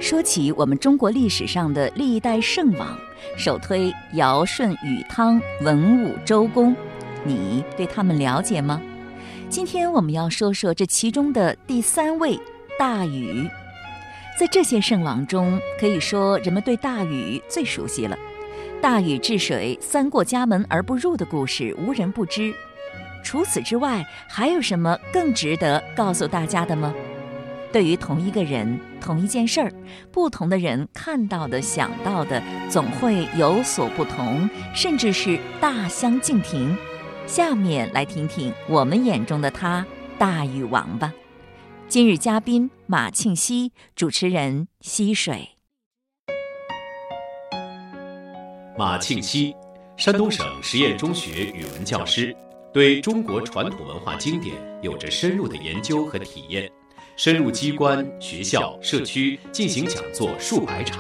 说起我们中国历史上的历代圣王，首推尧舜禹汤文武周公，你对他们了解吗？今天我们要说说这其中的第3位大禹。在这些圣王中，可以说人们对大禹最熟悉了。大禹治水3过家门而不入的故事无人不知。除此之外，还有什么更值得告诉大家的吗？对于同一个人、同一件事儿，不同的人看到的、想到的，总会有所不同，甚至是大相径庭。下面来听听我们眼中的他，大禹王吧。今日嘉宾马庆西，主持人溪水。 马庆西，山东省实验中学语文教师，对中国传统文化经典有着深入的研究和体验，深入机关、学校、社区进行讲座数百场。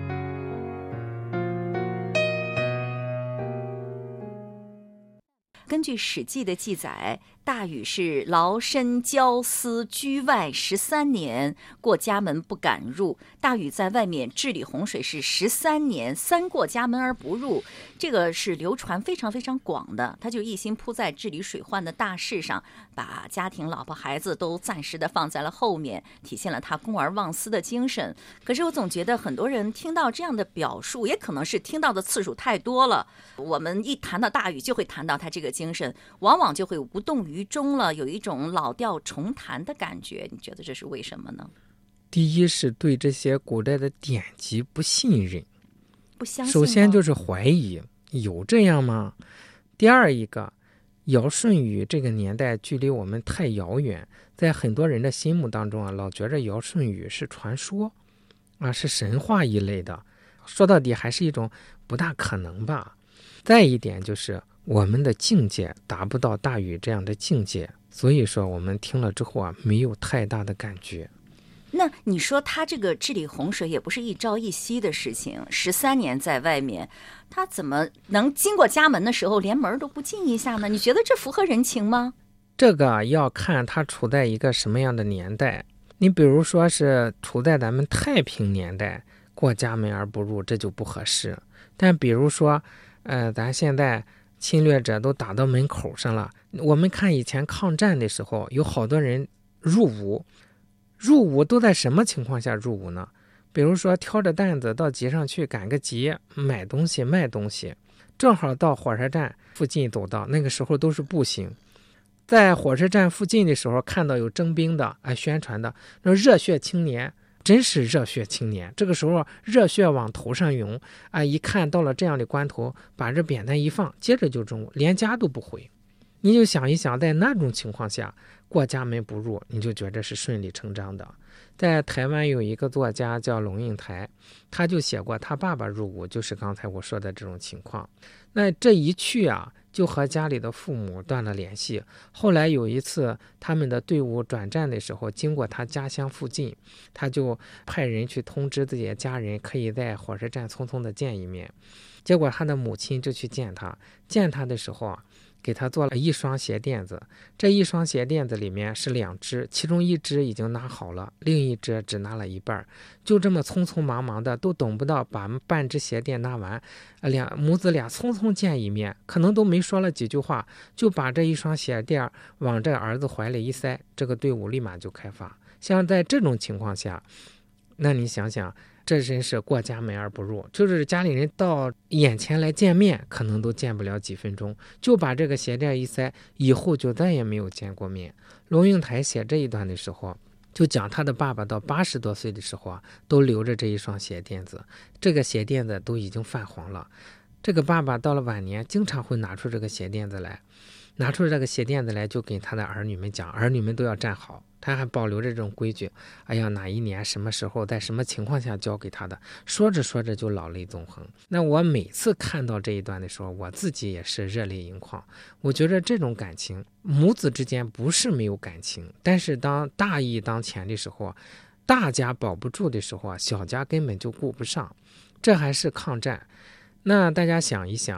根据《史记》的记载，大禹是劳身骄私，居外13年，过家门不敢入。大禹在外面治理洪水是13年，3过家门而不入，这个是流传非常非常广的。他就一心扑在治理水患的大事上，把家庭、老婆、孩子都暂时的放在了后面，体现了他公而忘私的精神。可是我总觉得很多人听到这样的表述，也可能是听到的次数太多了。我们一谈到大禹，就会谈到他这个精神，往往就会无动于衷了，有一种老调重弹的感觉。你觉得这是为什么呢？ 第一是对这些古代的典籍不信任， 不相信。 首先就是怀疑，有这样吗？第二一个，尧舜禹这个年代距离我们太遥远，在很多人的心目当中老觉着尧舜禹是传说是神话一类的，说到底还是一种不大可能吧。再一点就是我们的境界达不到大禹这样的境界，所以说我们听了之后没有太大的感觉。 那你说他这个治理洪水也不是一朝一夕的事情，13年在外面，他怎么能经过家门的时候连门都不进一下呢？你觉得这符合人情吗？ 这个要看他处在一个什么样的年代。你比如说是处在咱们太平年代，过家门而不入，这就不合适。但比如说咱现在侵略者都打到门口上了，我们看以前抗战的时候，有好多人入伍都在什么情况下入伍呢？比如说挑着担子到集上去赶个集，买东西卖东西，正好到火车站附近走到，那个时候都是步行，在火车站附近的时候看到有征兵的宣传的那热血青年，真是热血青年，这个时候热血往头上涌一看到了这样的关头，把这扁担一放，接着就中午，连家都不回。你就想一想，在那种情况下过家门不入，你就觉得是顺理成章的。在台湾有一个作家叫龙应台，他就写过他爸爸入伍就是刚才我说的这种情况。那这一去就和家里的父母断了联系。后来有一次他们的队伍转站的时候经过他家乡附近，他就派人去通知自己的家人可以在火车站匆匆的见一面。结果他的母亲就去见他的时候给他做了一双鞋垫子，这一双鞋垫子里面是2只，其中1只已经拿好了，另一只只拿了一半，就这么匆匆忙忙的，都等不到把半只鞋垫拿完，母子俩匆匆见一面，可能都没说了几句话，就把这一双鞋垫往这儿子怀里一塞，这个队伍立马就开发。像在这种情况下，那你想想，这真是过家门而不入，就是家里人到眼前来见面，可能都见不了几分钟，就把这个鞋垫一塞，以后就再也没有见过面。龙应台写这一段的时候，就讲他的爸爸到80多岁的时候都留着这一双鞋垫子，这个鞋垫子都已经泛黄了。这个爸爸到了晚年，经常会拿出这个鞋垫子来，就给他的儿女们讲，儿女们都要站好。他还保留着这种规矩，哪一年什么时候在什么情况下教给他的，说着说着就老泪纵横。那我每次看到这一段的时候，我自己也是热泪盈眶。我觉得这种感情，母子之间不是没有感情，但是当大义当前的时候，大家保不住的时候小家根本就顾不上，这还是抗战。那大家想一想，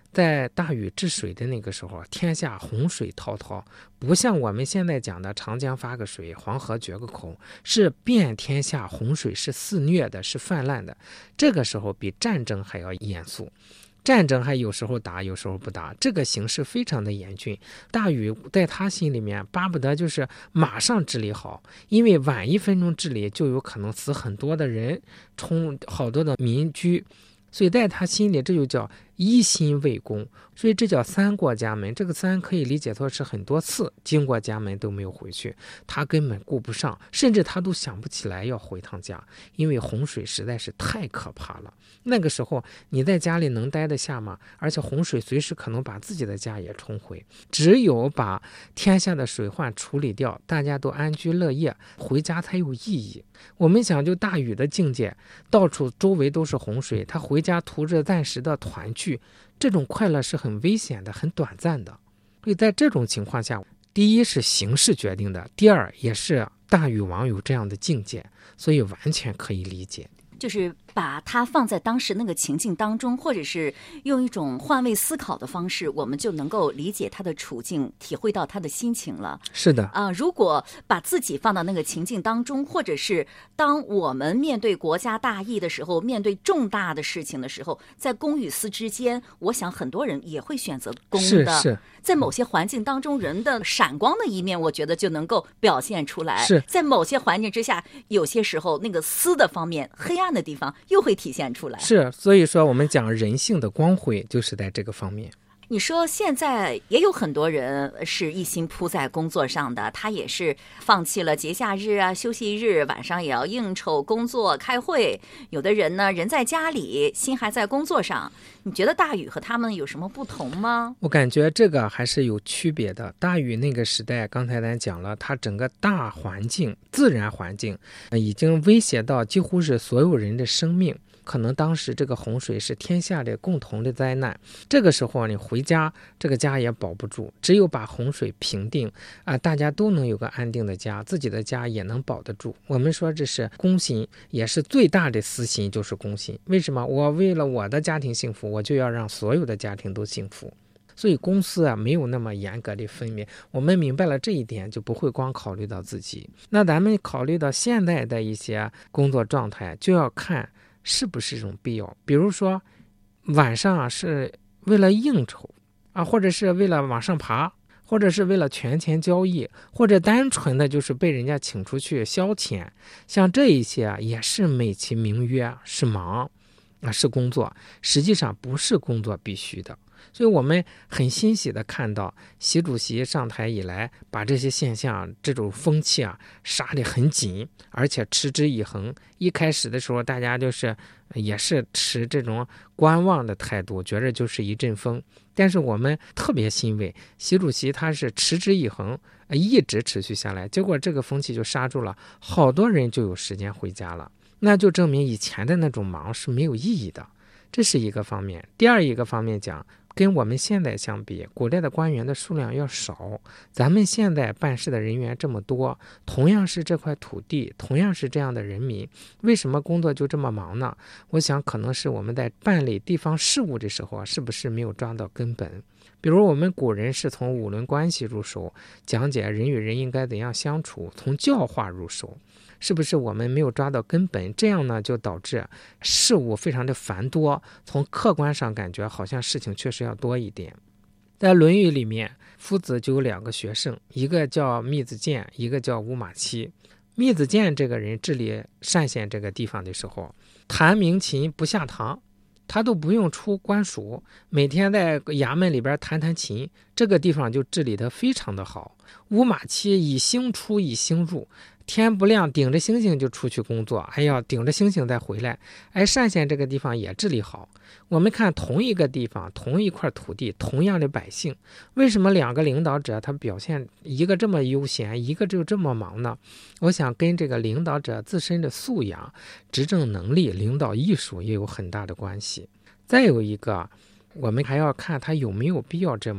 在大禹治水的那个时候，天下洪水滔滔，不像我们现在讲的长江发个水，黄河决个口，是遍天下洪水，是肆虐的，是泛滥的。这个时候比战争还要严肃，战争还有时候打，有时候不打，这个形势非常的严峻。大禹在他心里面巴不得就是马上治理好，因为晚1分钟治理就有可能死很多的人，冲好多的民居，所以在他心里这就叫一心为公，所以这叫3过家门。这个3可以理解作是很多次经过家门都没有回去，他根本顾不上，甚至他都想不起来要回趟家，因为洪水实在是太可怕了。那个时候你在家里能待得下吗？而且洪水随时可能把自己的家也冲毁，只有把天下的水患处理掉，大家都安居乐业，回家才有意义。我们想就大禹的境界，到处周围都是洪水，他回家图着暂时的团聚，这种快乐是很危险的，很短暂的。所以在这种情况下，第一是形势决定的，第二也是大禹王有这样的境界，所以完全可以理解。 就是把它放在当时那个情境当中，或者是用一种换位思考的方式，我们就能够理解他的处境，体会到他的心情了。 是的如果把自己放到那个情境当中，或者是当我们面对国家大义的时候，面对重大的事情的时候，在公与私之间，我想很多人也会选择公的。 是在某些环境当中，人的闪光的一面，我觉得就能够表现出来。 是在某些环境之下，有些时候那个私的方面，黑暗的地方又会体现出来。 是，所以说我们讲人性的光辉就是在这个方面。 你说现在也有很多人是一心扑在工作上的，他也是放弃了节假日啊、休息日，晚上也要应酬、工作、开会。有的人呢，人在家里，心还在工作上。你觉得大禹和他们有什么不同吗？ 我感觉这个还是有区别的。大禹那个时代，刚才咱讲了，它整个大环境、自然环境已经威胁到几乎是所有人的生命。可能当时这个洪水是天下的共同的灾难，这个时候你回家，这个家也保不住，只有把洪水平定大家都能有个安定的家，自己的家也能保得住。我们说这是公心，也是最大的私心，就是公心。为什么？我为了我的家庭幸福，我就要让所有的家庭都幸福。所以公私没有那么严格的分别，我们明白了这一点，就不会光考虑到自己。那咱们考虑到现在的一些工作状态，就要看是不是这种必要。比如说晚上是为了应酬或者是为了往上爬，或者是为了权钱交易，或者单纯的就是被人家请出去消遣，像这一些也是美其名曰是忙是工作，实际上不是工作必须的。所以我们很欣喜地看到习主席上台以来，把这些现象、这种风气杀得很紧，而且持之以恒。一开始的时候，大家也是持这种观望的态度，觉着就是一阵风。但是我们特别欣慰，习主席他是持之以恒，一直持续下来，结果这个风气就刹住了，好多人就有时间回家了。那就证明以前的那种忙是没有意义的，这是一个方面。第二一个方面讲，跟我们现在相比，古代的官员的数量要少，咱们现在办事的人员这么多，同样是这块土地，同样是这样的人民，为什么工作就这么忙呢？我想可能是我们在办理地方事务的时候是不是没有抓到根本。比如我们古人是从五伦关系入手，讲解人与人应该怎样相处，从教化入手，是不是我们没有抓到根本？这样呢，就导致事物非常的繁多，从客观上感觉好像事情确实要多一点。在《论语》里面，夫子就有2个学生，一个叫密子建，一个叫乌马期。密子建这个人治理单县这个地方的时候，弹鸣琴不下堂，他都不用出官署，每天在衙门里边弹弹琴，这个地方就治理得非常的好。乌马期以星出以星入，天不亮顶着星星就出去工作，顶着星星再回来。单县这个地方也治理好。我们看同一个地方，同一块土地，同样的百姓，为什么2个领导者他表现一个这么悠闲，一个就这么忙呢？我想跟这个领导者自身的素养、执政能力、领导艺术也有很大的关系。再有一个，我们还要看他有没有必要这么忙。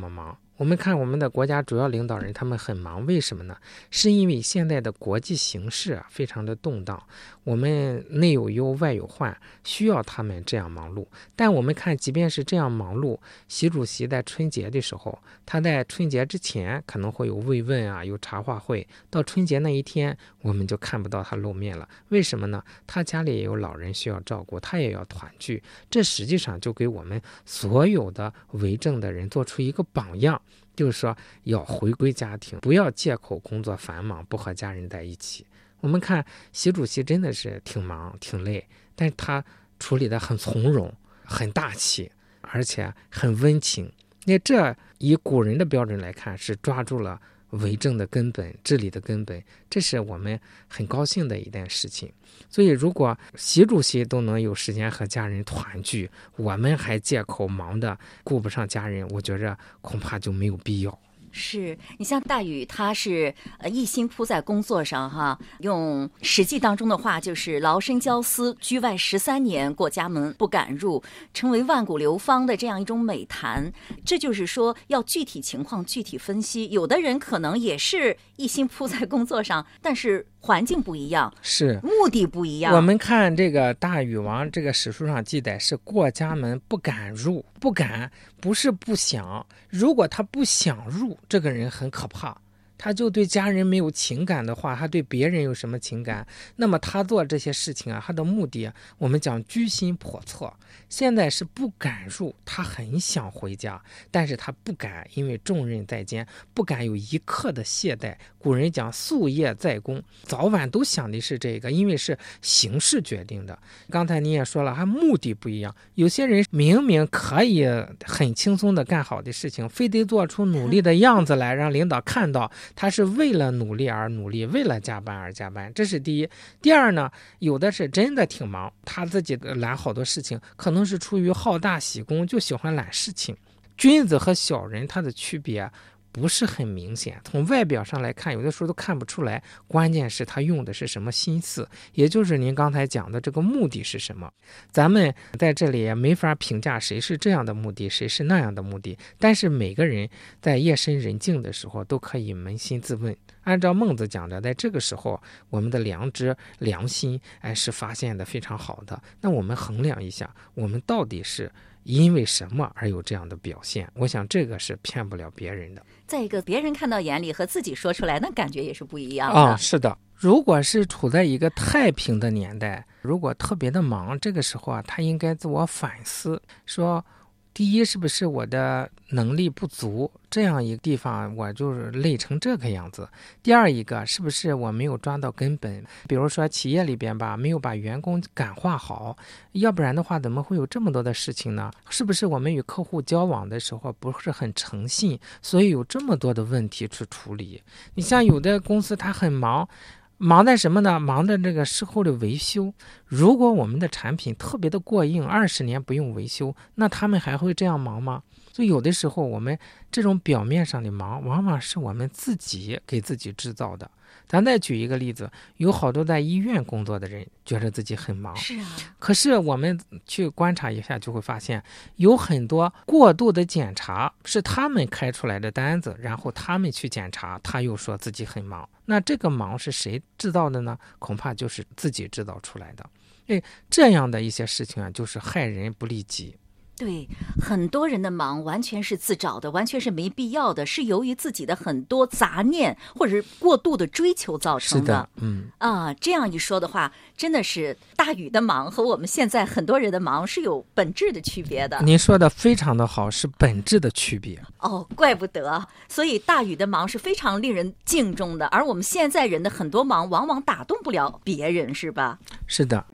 我们看我们的国家主要领导人他们很忙，为什么呢？是因为现在的国际形势非常的动荡，我们内有忧外有患，需要他们这样忙碌。但我们看即便是这样忙碌，习主席在春节的时候，他在春节之前可能会有慰问有茶话会，到春节那一天我们就看不到他露面了。为什么呢？他家里也有老人需要照顾，他也要团聚，这实际上就给我们所有的为政的人做出一个榜样，就是说要回归家庭，不要借口工作繁忙不和家人在一起。我们看习主席真的是挺忙挺累，但是他处理得很从容，很大气，而且很温情。那这以古人的标准来看，是抓住了为政的根本，治理的根本，这是我们很高兴的一件事情。所以如果习主席都能有时间和家人团聚，我们还借口忙的顾不上家人，我觉着恐怕就没有必要。 是你像大禹，他是一心扑在工作上哈，用《史记》当中的话就是劳身骄私，居外13年，过家门不敢入，成为万古流芳的这样一种美谈。这就是说要具体情况具体分析，有的人可能也是一心扑在工作上，但是环境不一样， 是目的不一样。 我们看这个大禹王，这个史书上记载是过家门不敢入，不敢不是不想，如果他不想入，这个人很可怕，他就对家人没有情感的话，他对别人有什么情感？那么他做这些事情他的目的我们讲居心叵测。现在是不敢入，他很想回家，但是他不敢，因为重任在肩，不敢有一刻的懈怠。古人讲夙夜在公，早晚都想的是这个，因为是形势决定的。刚才你也说了，他目的不一样，有些人明明可以很轻松的干好的事情，非得做出努力的样子来让领导看到他是为了努力而努力，为了加班而加班，这是第一。第二呢，有的是真的挺忙，他自己揽好多事情，可能是出于好大喜功，就喜欢揽事情。君子和小人他的区别不是很明显，从外表上来看有的时候都看不出来，关键是他用的是什么心思，也就是您刚才讲的这个目的是什么。咱们在这里也没法评价谁是这样的目的，谁是那样的目的，但是每个人在夜深人静的时候都可以扪心自问，按照孟子讲的，在这个时候我们的良知良心是发现的非常好的，那我们衡量一下，我们到底是因为什么而有这样的表现，我想这个是骗不了别人的。 再一个，别人看到眼里和自己说出来那感觉也是不一样的。 是的，如果是处在一个太平的年代，如果特别的忙，这个时候他应该自我反思，说第一，是不是我的能力不足，这样一个地方我就是累成这个样子。第二一个，是不是我没有抓到根本，比如说企业里边没有把员工感化好，要不然的话怎么会有这么多的事情呢？是不是我们与客户交往的时候不是很诚信，所以有这么多的问题去处理。你像有的公司他很忙在什么呢？忙在这个事后的维修。如果我们的产品特别的过硬，20年不用维修，那他们还会这样忙吗？所以有的时候我们这种表面上的忙，往往是我们自己给自己制造的。咱再举一个例子，有好多在医院工作的人觉得自己很忙， 是啊， 可是我们去观察一下就会发现，有很多过度的检查是他们开出来的单子，然后他们去检查，他又说自己很忙。那这个忙是谁制造的呢？恐怕就是自己制造出来的。这样的一些事情就是害人不利己。 对，很多人的忙完全是自找的，完全是没必要的，是由于自己的很多杂念或者是过度的追求造成的。 是的， 这样一说的话，真的是大禹的忙和我们现在很多人的忙是有本质的区别的。 您说的非常的好，是本质的区别。 怪不得，所以大禹的忙是非常令人敬重的，而我们现在人的很多忙往往打动不了别人，是吧？ 是的。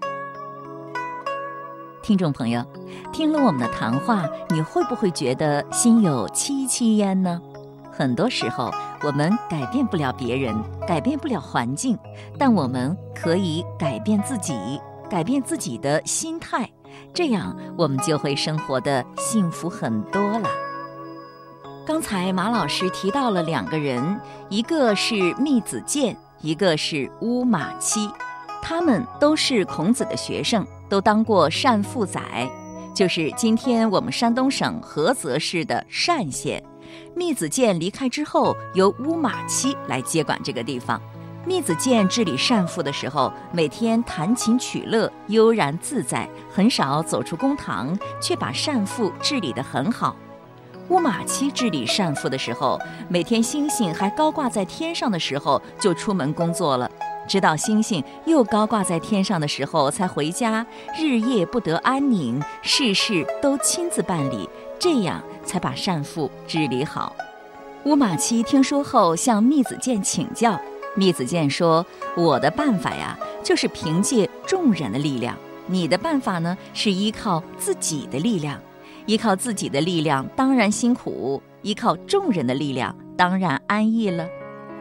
听众朋友，听了我们的谈话，你会不会觉得心有戚戚焉呢？很多时候我们改变不了别人，改变不了环境，但我们可以改变自己，改变自己的心态，这样我们就会生活得幸福很多了。刚才马老师提到了2个人，一个是密子建，一个是乌马期，他们都是孔子的学生，都当过单父宰，就是今天我们山东省菏泽市的单县， 密子建离开之后，由乌马期来接管这个地方。密子建治理善父的时候，每天弹琴取乐，悠然自在，很少走出公堂，却把善父治理得很好。乌马期治理善父的时候，每天星星还高挂在天上的时候就出门工作了，直到星星又高挂在天上的时候才回家，日夜不得安宁，事事都亲自办理，这样才把善父治理好。乌马期听说后向密子建请教，密子建说：我的办法呀，就是凭借众人的力量，你的办法呢，是依靠自己的力量。依靠自己的力量当然辛苦，依靠众人的力量当然安逸了。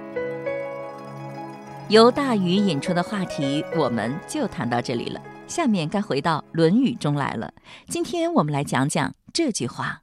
由大禹引出的话题我们就谈到这里了，下面该回到《论语》中来了。今天我们来讲讲这句话。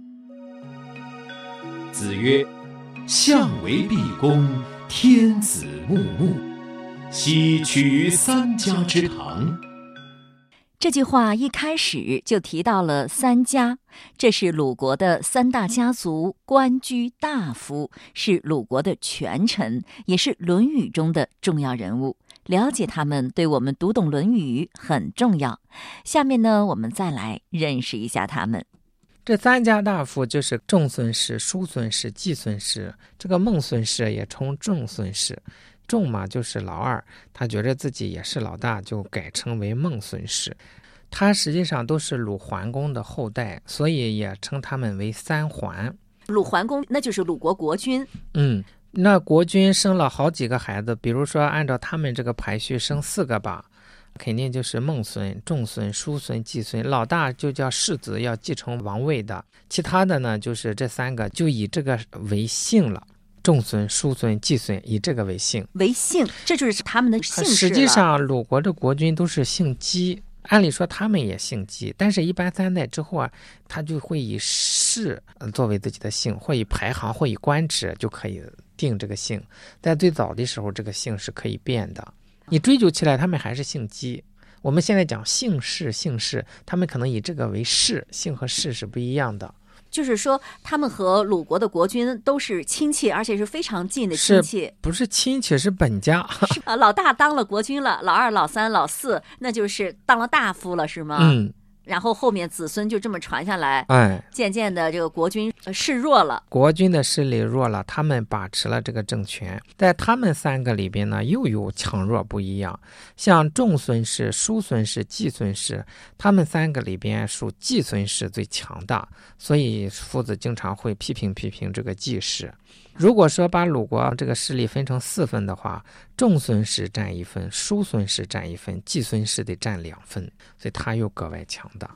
子曰：相为毕恭，天子穆穆，奚取于三家之堂？ 这句话一开始就提到了三家，这是鲁国的三大家族，官居大夫，是鲁国的权臣，也是《论语》中的重要人物。了解他们对我们读懂《论语》很重要。下面呢，我们再来认识一下他们。 这三家大夫就是仲孙氏、叔孙氏、季孙氏，这个孟孙氏也称仲孙氏。仲嘛就是老二，他觉得自己也是老大，就改称为孟孙氏。他实际上都是鲁桓公的后代，所以也称他们为三桓。 鲁桓公那就是鲁国国君。 那国君生了好几个孩子，比如说按照他们这个排序生4个吧，肯定就是孟孙、仲孙、叔孙、季孙，老大就叫世子，要继承王位的。其他的呢，就是这3个就以这个为姓了。仲孙、叔孙、季孙以这个为姓， 这就是他们的姓氏了。 实际上鲁国的国君都是姓姬，按理说他们也姓姬，但是一般3代之后啊，他就会以氏作为自己的姓，或以排行或以官职就可以定这个姓。在最早的时候，这个姓是可以变的，你追究起来他们还是姓姬。我们现在讲姓氏，他们可能以这个为氏，姓和氏是不一样的。 就是说他们和鲁国的国君都是亲戚，而且是非常近的亲戚。 不是亲戚，是本家。 老大当了国君了，老二、老三、老四，那就是当了大夫了，是吗？然后后面子孙就这么传下来，渐渐的这个国君势弱了， 国君的势力弱了，他们把持了这个政权。在他们3个里边呢，又有强弱不一样。像仲孙氏、叔孙氏、季孙氏，他们3个里边属季孙氏最强大，所以夫子经常会批评这个季氏。如果说把鲁国这个势力分成4份的话，仲孙氏占1份，叔孙氏占1份，季孙氏得占2份，所以他又格外强大。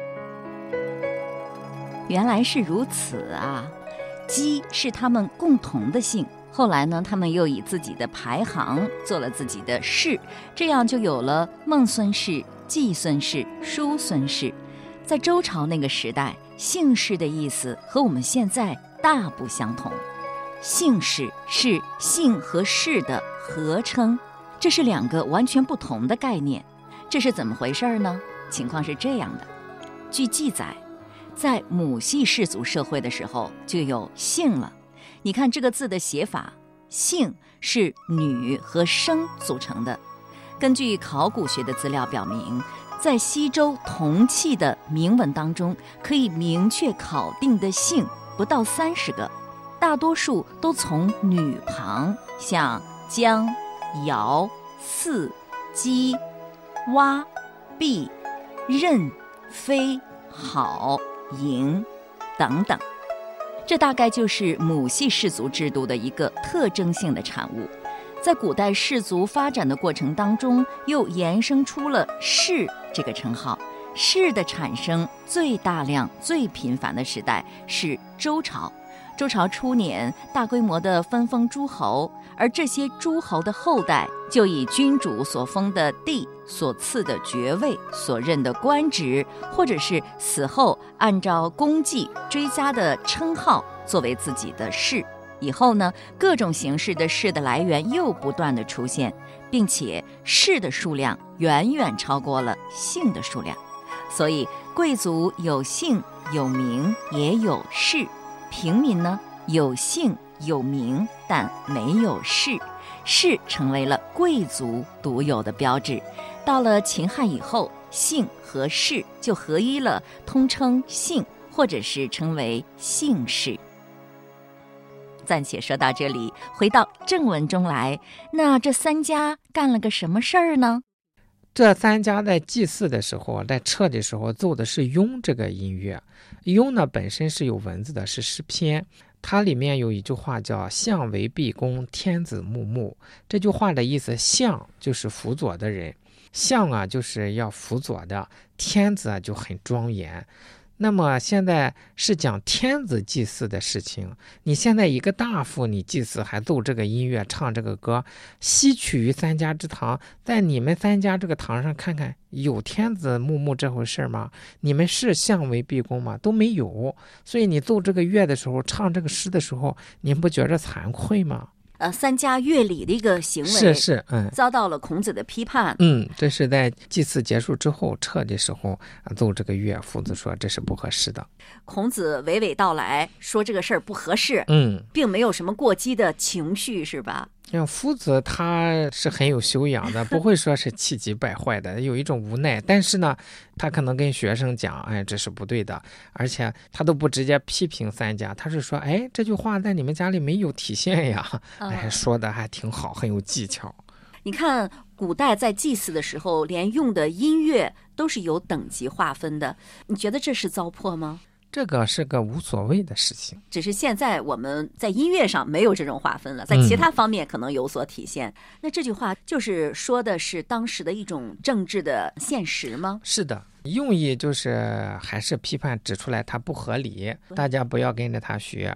原来是如此啊！姬是他们共同的姓，后来呢，他们又以自己的排行做了自己的氏，这样就有了孟孙氏、季孙氏、叔孙氏。在周朝那个时代，姓氏的意思和我们现在大不相同。姓氏是姓和氏的合称，这是2个完全不同的概念。这是怎么回事呢？情况是这样的，据记载，在母系氏族社会的时候就有姓了。你看这个字的写法，姓是女和生组成的。根据考古学的资料表明，在西周铜器的铭文当中，可以明确考定的姓不到30个，大多数都从女旁，像姜、尧、姒、姬、蛙、毕、任、飞、郝、嬴等等。这大概就是母系氏族制度的一个特征性的产物。在古代氏族发展的过程当中，又衍生出了氏这个称号。氏的产生最大量、最频繁的时代是周朝。周朝初年，大规模的分封诸侯，而这些诸侯的后代就以君主所封的地、所赐的爵位、所任的官职，或者是死后按照功绩追加的称号作为自己的氏。以后呢，各种形式的氏的来源又不断的出现，并且氏的数量远远超过了姓的数量。所以贵族有姓有名也有氏， 平民呢，有姓有名，但没有氏，氏成为了贵族独有的标志。到了秦汉以后，姓和氏就合一了，通称姓，或者是称为姓氏。暂且说到这里，回到正文中来。那这三家干了个什么事儿呢？ 这三家在祭祀的时候，在撤的时候奏的是雍这个音乐。雍呢本身是有文字的，是诗篇。它里面有一句话叫相为毕公，天子穆穆。这句话的意思，相就是辅佐的人，相啊就是要辅佐的，天子啊就很庄严。那么现在是讲天子祭祀的事情，你现在一个大夫你祭祀还奏这个音乐唱这个歌，西取于三家之堂，在你们三家这个堂上看看有天子穆穆这回事吗？你们是相为毕公吗？都没有。所以你奏这个乐的时候，唱这个诗的时候，你不觉着惭愧吗？ 三家乐礼的一个行为遭到了孔子的批判。 这是在祭祀结束之后撤的时候奏这个乐，夫子说这是不合适的。 孔子娓娓道来说这个事儿不合适，并没有什么过激的情绪，是吧？ 夫子他是很有修养的，不会说是气急败坏的，有一种无奈。但是呢，他可能跟学生讲，这是不对的，而且他都不直接批评三家，他是说，这句话在你们家里没有体现呀，说的还挺好，很有技巧。 你看，古代在祭祀的时候，连用的音乐都是有等级划分的，你觉得这是糟粕吗？ 这个是个无所谓的事情， 只是现在我们在音乐上没有这种划分了，在其他方面可能有所体现。那这句话就是说的是当时的一种政治的现实吗？ 是的，用意就是还是批判指出来它不合理，大家不要跟着他学。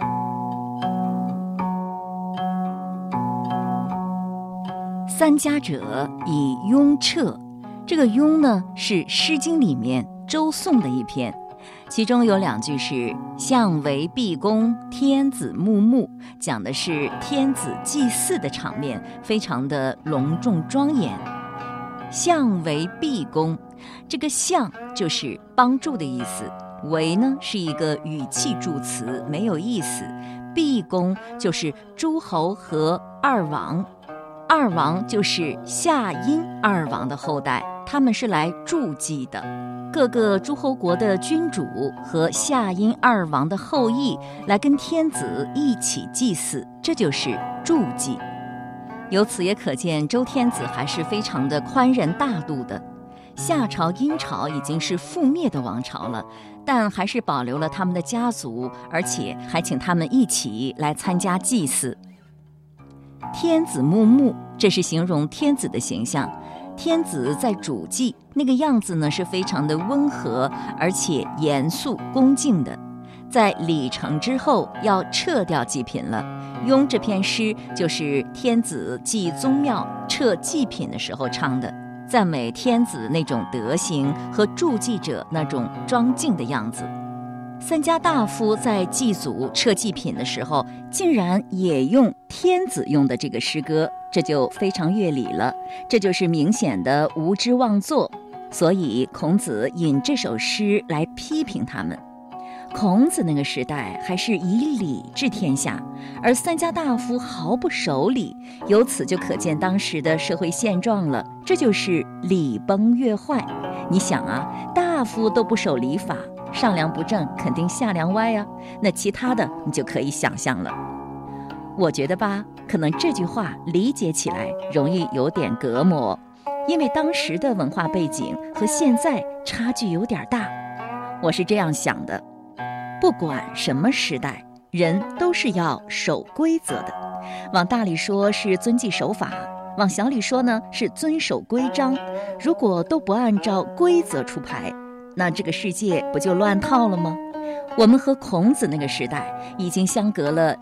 三家者以雍彻，这个雍呢是《诗经》里面周颂的一篇，其中有2句是相为毕公，天子穆穆，讲的是天子祭祀的场面，非常的隆重庄严。相为毕公，这个相就是帮助的意思，为呢是一个语气助词，没有意思。毕公就是诸侯和二王，二王就是夏殷二王的后代，他们是来助祭的。各个诸侯国的君主和夏殷二王的后裔来跟天子一起祭祀，这就是助祭。由此也可见周天子还是非常的宽仁大度的。夏朝殷朝已经是覆灭的王朝了，但还是保留了他们的家族，而且还请他们一起来参加祭祀。天子穆穆，这是形容天子的形象。天子在主祭那个样子呢，是非常的温和，而且严肃恭敬的。在礼成之后要撤掉祭品了。雍这篇诗就是天子祭宗庙撤祭品的时候唱的，赞美天子那种德行和助祭者那种庄敬的样子。三家大夫在祭祖撤祭品的时候，竟然也用天子用的这个诗歌，这就非常越礼了，这就是明显的无知妄作。所以孔子引这首诗来批评他们。孔子那个时代还是以礼治天下，而三家大夫毫不守礼，由此就可见当时的社会现状了，这就是礼崩乐坏。你想啊，大夫都不守礼法，上梁不正肯定下梁歪啊，那其他的你就可以想象了。我觉得吧，可能这句话理解起来容易有点隔膜，因为当时的文化背景和现在差距有点大。我是这样想的，不管什么时代，人都是要守规则的。往大里说是遵纪守法，往小里说呢是遵守规章。如果都不按照规则出牌，那这个世界不就乱套了吗？我们和孔子那个时代已经相隔了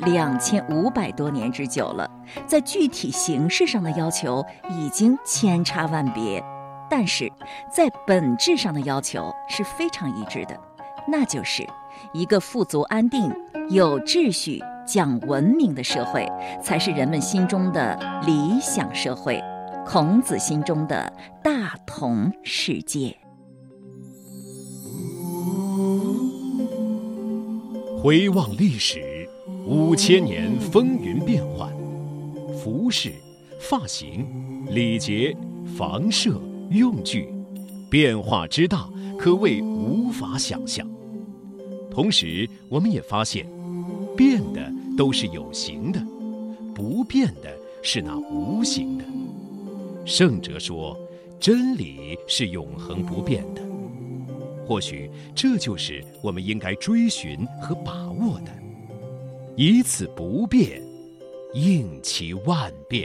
2500多年之久了，在具体形式上的要求已经千差万别，但是在本质上的要求是非常一致的，那就是一个富足安定、有秩序、讲文明的社会，才是人们心中的理想社会，孔子心中的大同世界。 回望历史，5000年风云变幻，服饰、发型、礼节、房舍、用具，变化之大，可谓无法想象。同时，我们也发现，变的都是有形的，不变的是那无形的。圣哲说，真理是永恒不变的。或许这就是我们应该追寻和把握的，以此不变，应其万变。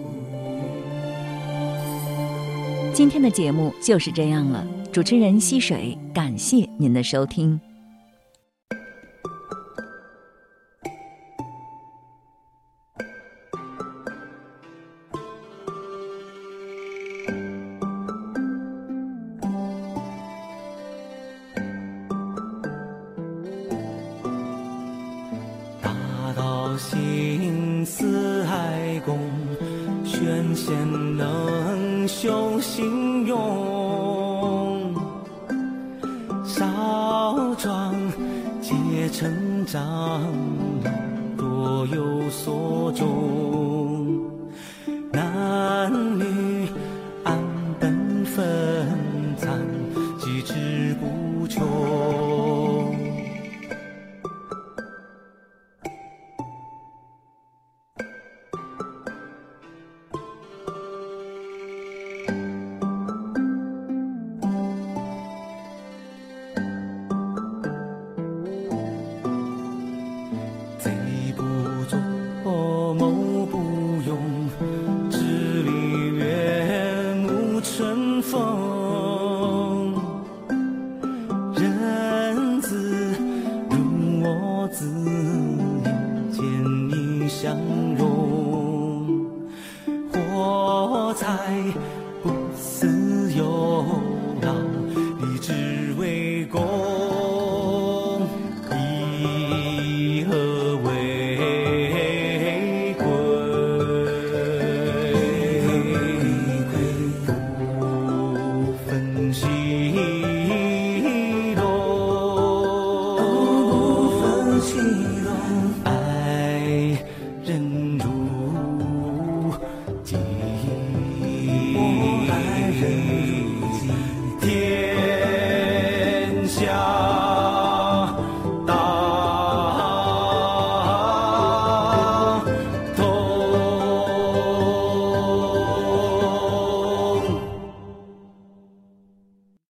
今天的节目就是这样了，主持人溪水，感谢您的收听。 心似海公，玄贤能修行用，少壮皆成长，若有所终。男女按本分参，机智不穷。相容，活财不思有劳，立志为公，以和为贵，不分西东，不分西东，爱人如己，我爱人如